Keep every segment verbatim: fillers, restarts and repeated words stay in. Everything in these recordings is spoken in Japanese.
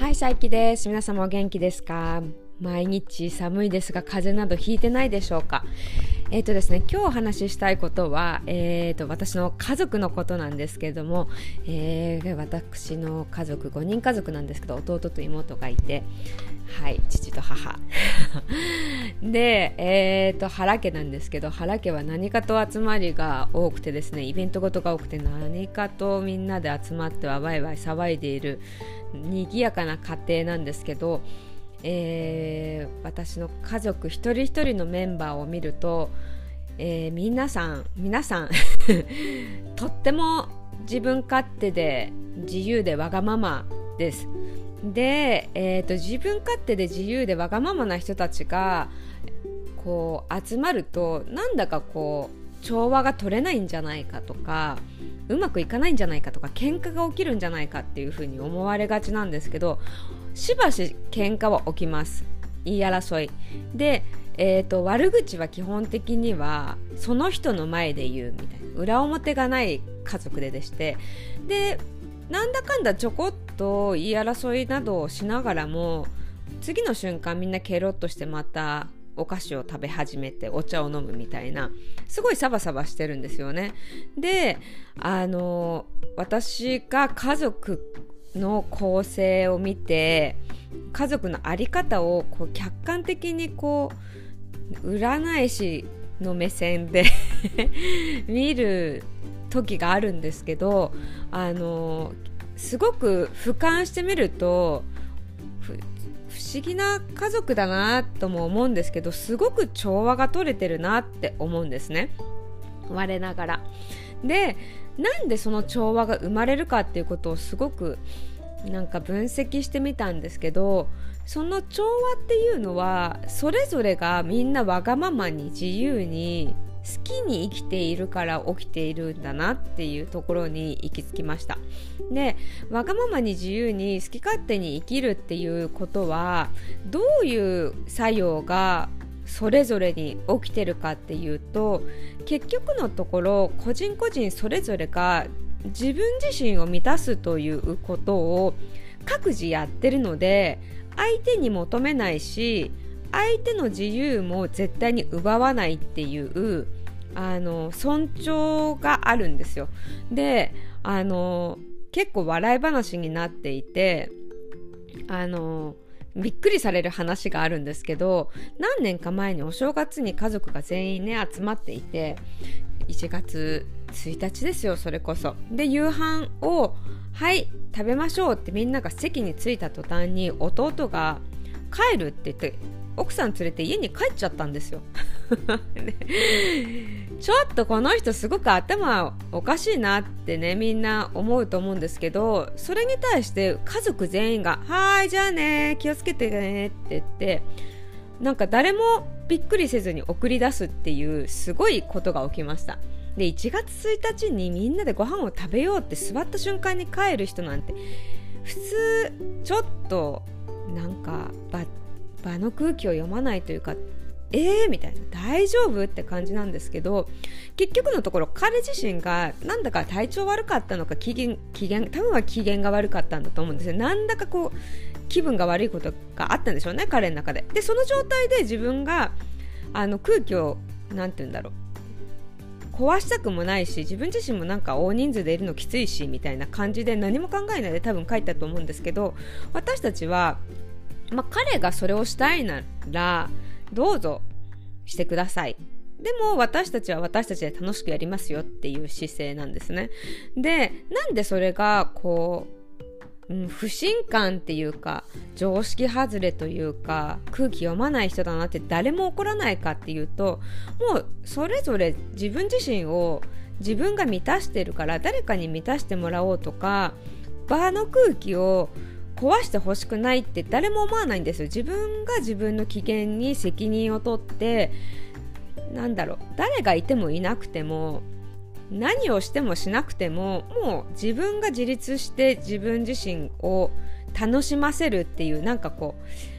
はい、さいきです。皆様お元気ですか？毎日寒いですが風邪などひいてないでしょうか？えーとですね、今日お話ししたいことは、えーと私の家族のことなんですけれども、えー、私の家族ごにん家族なんですけど、弟と妹がいて、はい、父と母で、えーと原家なんですけど、原家は何かと集まりが多くてですね、イベントごとが多くて、何かとみんなで集まってはワイワイ騒いでいる賑やかな家庭なんですけど、えー、私の家族一人一人のメンバーを見ると、えー、皆さん皆さんとっても自分勝手で自由でわがままです。で、えーと、自分勝手で自由でわがままな人たちがこう集まると、なんだかこう調和が取れないんじゃないかとか、うまくいかないんじゃないかとか、喧嘩が起きるんじゃないかっていうふうに思われがちなんですけど、しばし喧嘩は起きます。言い争いで、えーと、悪口は基本的にはその人の前で言うみたいな、裏表がない家族ででして、でなんだかんだちょこっと言い争いなどをしながらも、次の瞬間みんなケロッとしてまたお菓子を食べ始めてお茶を飲むみたいな、すごいサバサバしてるんですよね。で、あの私が家族の構成を見て、家族の在り方をこう客観的にこう占い師の目線で見る時があるんですけど、あのすごく俯瞰してみると不思議な家族だなとも思うんですけど、すごく調和が取れてるなって思うんですね、我ながら。で、なんでその調和が生まれるかっていうことをすごくなんか分析してみたんですけど、その調和っていうのはそれぞれがみんなわがままに自由に好きに生きているから起きているんだなっていうところに行き着きました。で、わがままに自由に好き勝手に生きるっていうことはどういう作用がそれぞれに起きてるかっていうと、結局のところ個人個人それぞれが自分自身を満たすということを各自やってるので、相手に求めないし、相手の自由も絶対に奪わないっていうあの尊重があるんですよ。で、あの結構笑い話になっていて、あのびっくりされる話があるんですけど、何年か前にお正月に家族が全員ね集まっていて、いちがつついたちですよ、それこそ。で、夕飯をはい食べましょうってみんなが席に着いた途端に、弟が帰るって言って奥さん連れて家に帰っちゃったんですよちょっとこの人すごく頭おかしいなってね、みんな思うと思うんですけど、それに対して家族全員がはーいじゃあね気をつけてねって言って、なんか誰もびっくりせずに送り出すっていうすごいことが起きました。で、いちがつついたちにみんなでご飯を食べようって座った瞬間に帰る人なんて普通ちょっとなんか 場, 場の空気を読まないというか、えーみたいな、大丈夫って感じなんですけど、結局のところ彼自身がなんだか体調悪かったのか、機嫌機嫌多分は機嫌が悪かったんだと思うんですよ。なんだかこう気分が悪いことがあったんでしょうね、彼の中で。で、その状態で自分があの空気をなんて言うんだろう、壊したくもないし、自分自身もなんか大人数でいるのきついしみたいな感じで何も考えないで多分帰ったと思うんですけど、私たちは、まあ、彼がそれをしたいならどうぞしてください、でも私たちは私たちで楽しくやりますよっていう姿勢なんですね。で、なんでそれがこううん、不信感っていうか常識外れというか空気読まない人だなって誰も怒らないかっていうと、もうそれぞれ自分自身を自分が満たしてるから、誰かに満たしてもらおうとか場の空気を壊してほしくないって誰も思わないんですよ。自分が自分の機嫌に責任を取って、なんだろう、誰がいてもいなくても何をしてもしなくても、もう自分が自立して自分自身を楽しませるっていう、なんかこう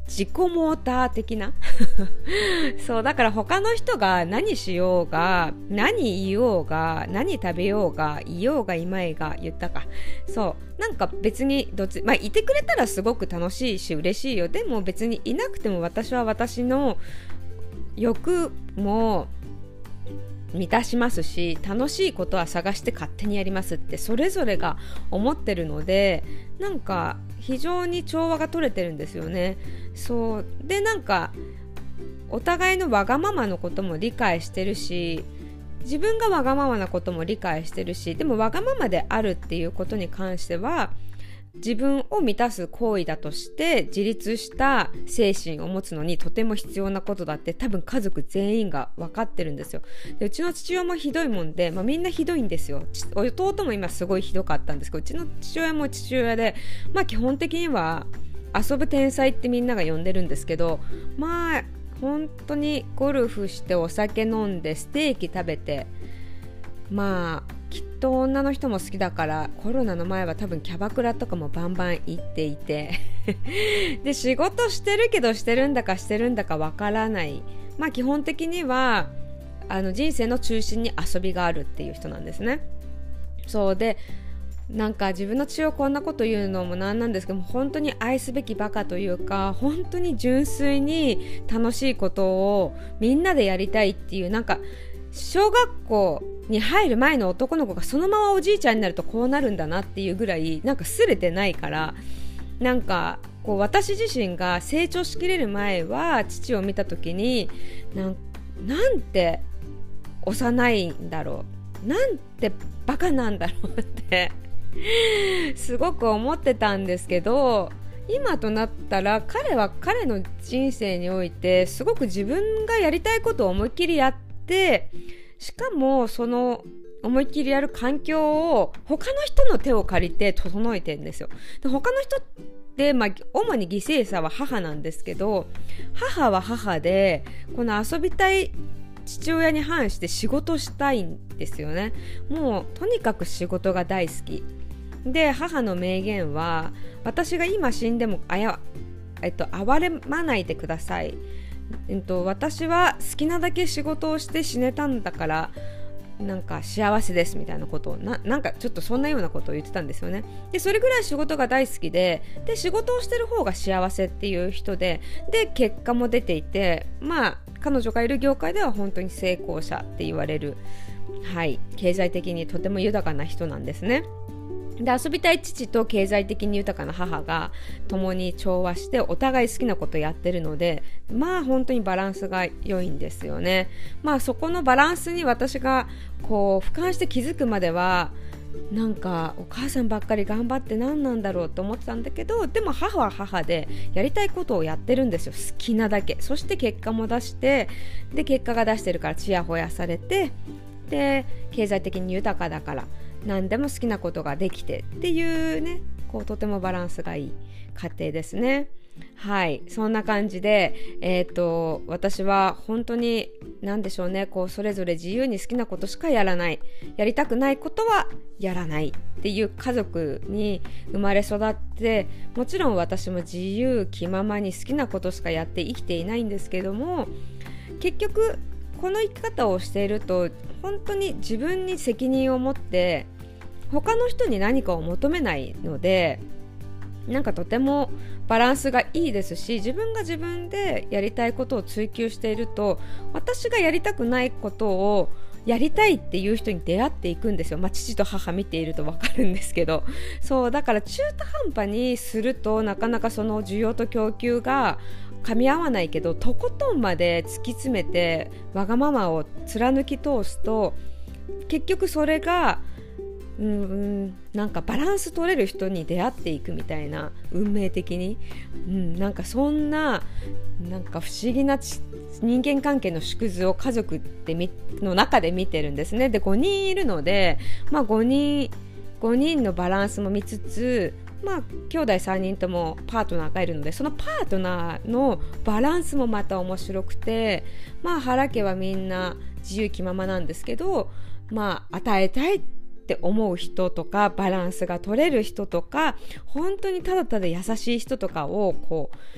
自己モーター的なそうだから他の人が何しようが何言おうが何食べようがいようがいまいが言ったかそうなんか別にどっちまあいてくれたらすごく楽しいし嬉しいよ。でも別にいなくても私は私の欲も満たしますし楽しいことは探して勝手にやりますってそれぞれが思ってるのでなんか非常に調和が取れてるんですよね。そうでなんかお互いのわがままのことも理解してるし自分がわがままなことも理解してるしでもわがままであるっていうことに関しては自分を満たす行為だとして自立した精神を持つのにとても必要なことだって多分家族全員が分かってるんですよ。でうちの父親もひどいもんで、まあ、みんなひどいんですよ。弟も今すごいひどかったんですけどうちの父親も父親で、まあ、基本的には遊ぶ天才ってみんなが呼んでるんですけどまあ本当にゴルフしてお酒飲んでステーキ食べてまあきっと女の人も好きだからコロナの前は多分キャバクラとかもバンバン行っていてで仕事してるけどしてるんだかしてるんだかわからないまあ基本的にはあの人生の中心に遊びがあるっていう人なんですね。そうでなんか自分の父親こんなこと言うのもなんなんですけど本当に愛すべきバカというか本当に純粋に楽しいことをみんなでやりたいっていうなんか小学校に入る前の男の子がそのままおじいちゃんになるとこうなるんだなっていうぐらいなんかすれてないからなんかこう私自身が成長しきれる前は父を見た時になん、なんて幼いんだろうなんてバカなんだろうってすごく思ってたんですけど今となったら彼は彼の人生においてすごく自分がやりたいことを思いっきりやってしかもその思いっきりやる環境を他の人の手を借りて整えてるんですよ。で他の人って、まあ、主に犠牲者は母なんですけど母は母でこの遊びたい父親に反して仕事したいんですよね。もうとにかく仕事が大好きで母の名言は私が今死んでもあや、えっと、哀れまないでください、えっと、私は好きなだけ仕事をして死ねたんだからなんか幸せですみたいなことを な, なんかちょっとそんなようなことを言ってたんですよね。でそれぐらい仕事が大好きでで仕事をしてる方が幸せっていう人でで結果も出ていてまあ彼女がいる業界では本当に成功者って言われる、はい、経済的にとても豊かな人なんですね。で遊びたい父と経済的に豊かな母が共に調和してお互い好きなことをやってるのでまあ本当にバランスが良いんですよね。まあそこのバランスに私がこう俯瞰して気づくまではなんかお母さんばっかり頑張って何なんだろうと思ってたんだけどでも母は母でやりたいことをやってるんですよ。好きなだけそして結果も出してで結果が出してるからちやほやされてで経済的に豊かだから何でも好きなことができてっていうねこうとてもバランスがいい家庭ですね。はいそんな感じで、えーと、私は本当に何でしょうねこうそれぞれ自由に好きなことしかやらないやりたくないことはやらないっていう家族に生まれ育ってもちろん私も自由気ままに好きなことしかやって生きていないんですけども結局この生き方をしていると本当に自分に責任を持って他の人に何かを求めないのでなんかとてもバランスがいいですし自分が自分でやりたいことを追求していると私がやりたくないことをやりたいっていう人に出会っていくんですよ。まあ、父と母見ていると分かるんですけどそうだから中途半端にするとなかなかその需要と供給が噛み合わないけどとことんまで突き詰めてわがままを貫き通すと結局それがうーんなんかバランス取れる人に出会っていくみたいな運命的に、うん、なんかそんななんか不思議な人間関係の縮図を家族でみの中で見てるんですね。でごにんいるので、まあ、ごにんごにんのバランスも見つつまあ、兄弟さんにんともパートナーがいるのでそのパートナーのバランスもまた面白くて、まあ、原家はみんな自由気ままなんですけど、まあ、与えたいって思う人とかバランスが取れる人とか本当にただただ優しい人とかをこう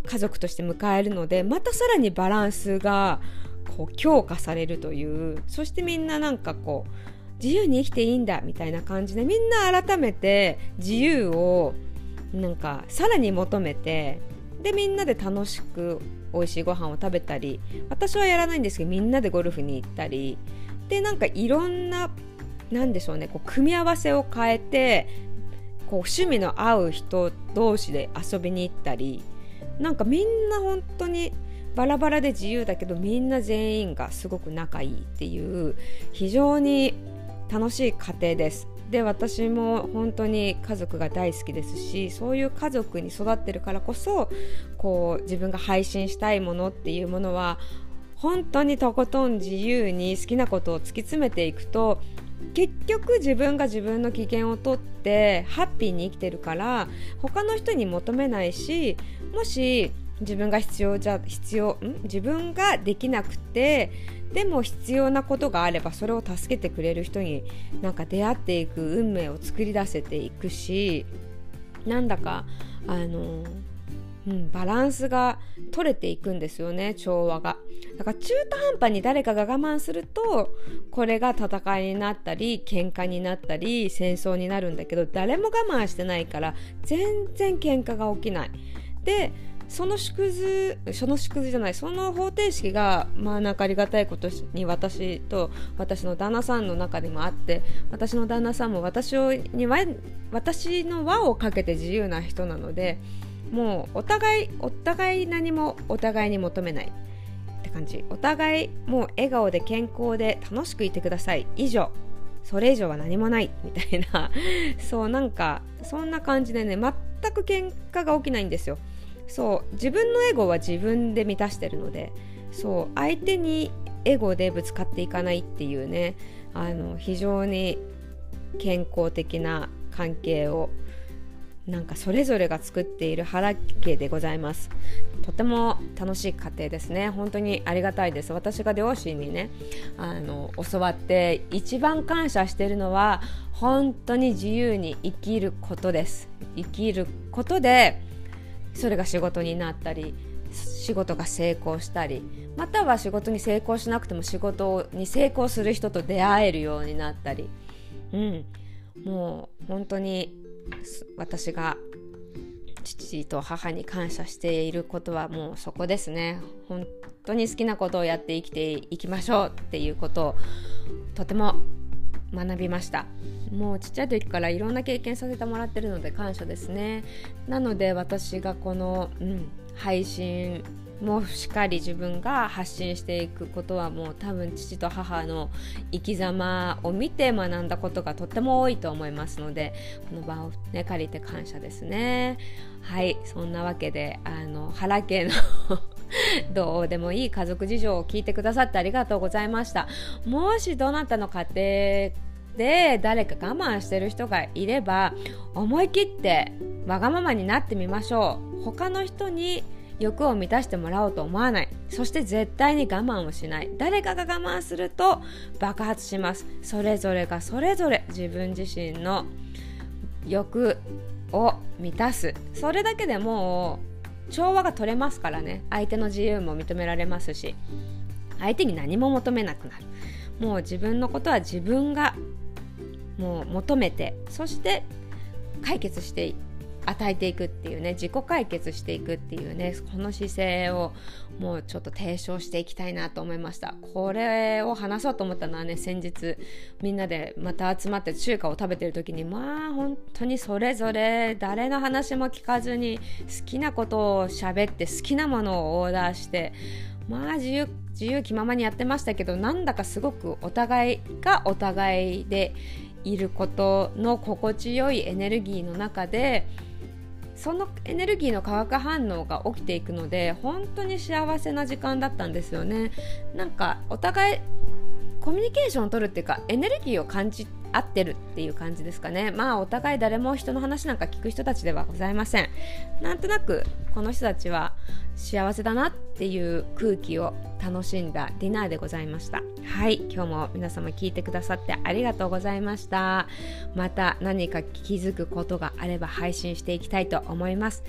家族として迎えるので、またさらにバランスがこう強化されるという、そしてみんななんかこう自由に生きていいんだみたいな感じで、みんな改めて自由をなんかさらに求めて、でみんなで楽しく美味しいご飯を食べたり、私はやらないんですけどみんなでゴルフに行ったりで、なんかいろんななんでしょうね、こう組み合わせを変えてこう趣味の合う人同士で遊びに行ったり、なんかみんな本当にバラバラで自由だけどみんな全員がすごく仲いいっていう非常に楽しい家庭です。で私も本当に家族が大好きですし、そういう家族に育ってるからこそこう自分が配信したいものっていうものは本当にとことん自由に好きなことを突き詰めていくと、結局自分が自分の機嫌をとってハッピーに生きてるから他の人に求めないし、もし自分が必要じゃ必要ん自分ができなくてでも必要なことがあればそれを助けてくれる人になんか出会っていく運命を作り出せていくし、なんだかあの、うん、バランスが取れていくんですよね、調和が。だから中途半端に誰かが我慢するとこれが戦いになったり喧嘩になったり戦争になるんだけど、誰も我慢してないから全然喧嘩が起きない。でその縮図その縮図じゃないその方程式がまあなんかありがたいことに私と私の旦那さんの中でもあって、私の旦那さんも私をに私の輪をかけて自由な人なので、もうお互いお互い何もお互いに求めないって感じ。お互いもう笑顔で健康で楽しくいてください以上、それ以上は何もないみたいなそうなんかそんな感じでね、全く喧嘩が起きないんですよ。そう自分のエゴは自分で満たしてるので、そう相手にエゴでぶつかっていかないっていうね、あの非常に健康的な関係をなんかそれぞれが作っている原家でございます。とても楽しい家庭ですね。本当にありがたいです。私が両親にねあの教わって一番感謝しているのは本当に自由に生きることです。生きることでそれが仕事になったり、仕事が成功したり、または仕事に成功しなくても仕事に成功する人と出会えるようになったり、うん、もう本当に私が父と母に感謝していることはもうそこですね。本当に好きなことをやって生きていきましょうっていうことをとても学びました。もうちっちゃい時からいろんな経験させてもらってるので感謝ですね。なので私がこの、うん、配信もしっかり自分が発信していくことはもう多分父と母の生き様を見て学んだことがとっても多いと思いますので、この場を、ね、借りて感謝ですね。はい、そんなわけであの原家のどうでもいい家族事情を聞いてくださってありがとうございました。もしどなたの家庭で誰か我慢してる人がいれば思い切ってわがままになってみましょう。他の人に欲を満たしてもらおうと思わない。そして絶対に我慢をしない。誰かが我慢すると爆発します。それぞれがそれぞれ自分自身の欲を満たす。それだけでもう調和が取れますからね。相手の自由も認められますし、相手に何も求めなくなる。もう自分のことは自分がもう求めて、そして解決して与えていくっていうね、自己解決していくっていうね、この姿勢をもうちょっと提唱していきたいなと思いました。これを話そうと思ったのはね、先日みんなでまた集まって中華を食べてる時に、まあ本当にそれぞれ誰の話も聞かずに好きなことを喋って好きなものをオーダーして、まあ自由自由気ままにやってましたけど、なんだかすごくお互いがお互いでいることの心地よいエネルギーの中で、そのエネルギーの化学反応が起きていくので、本当に幸せな時間だったんですよね。なんかお互いコミュニケーションを取るっていうか、エネルギーを感じ合ってるっていう感じですかね。まあお互い誰も人の話なんか聞く人たちではございません。なんとなくこの人たちは幸せだなっていう空気を楽しんだディナーでございました。はい、今日も皆様聞いてくださってありがとうございました。また何か気づくことがあれば配信していきたいと思います。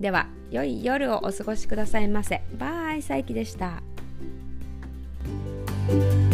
では良い夜をお過ごしくださいませ。バイ、さいきでした。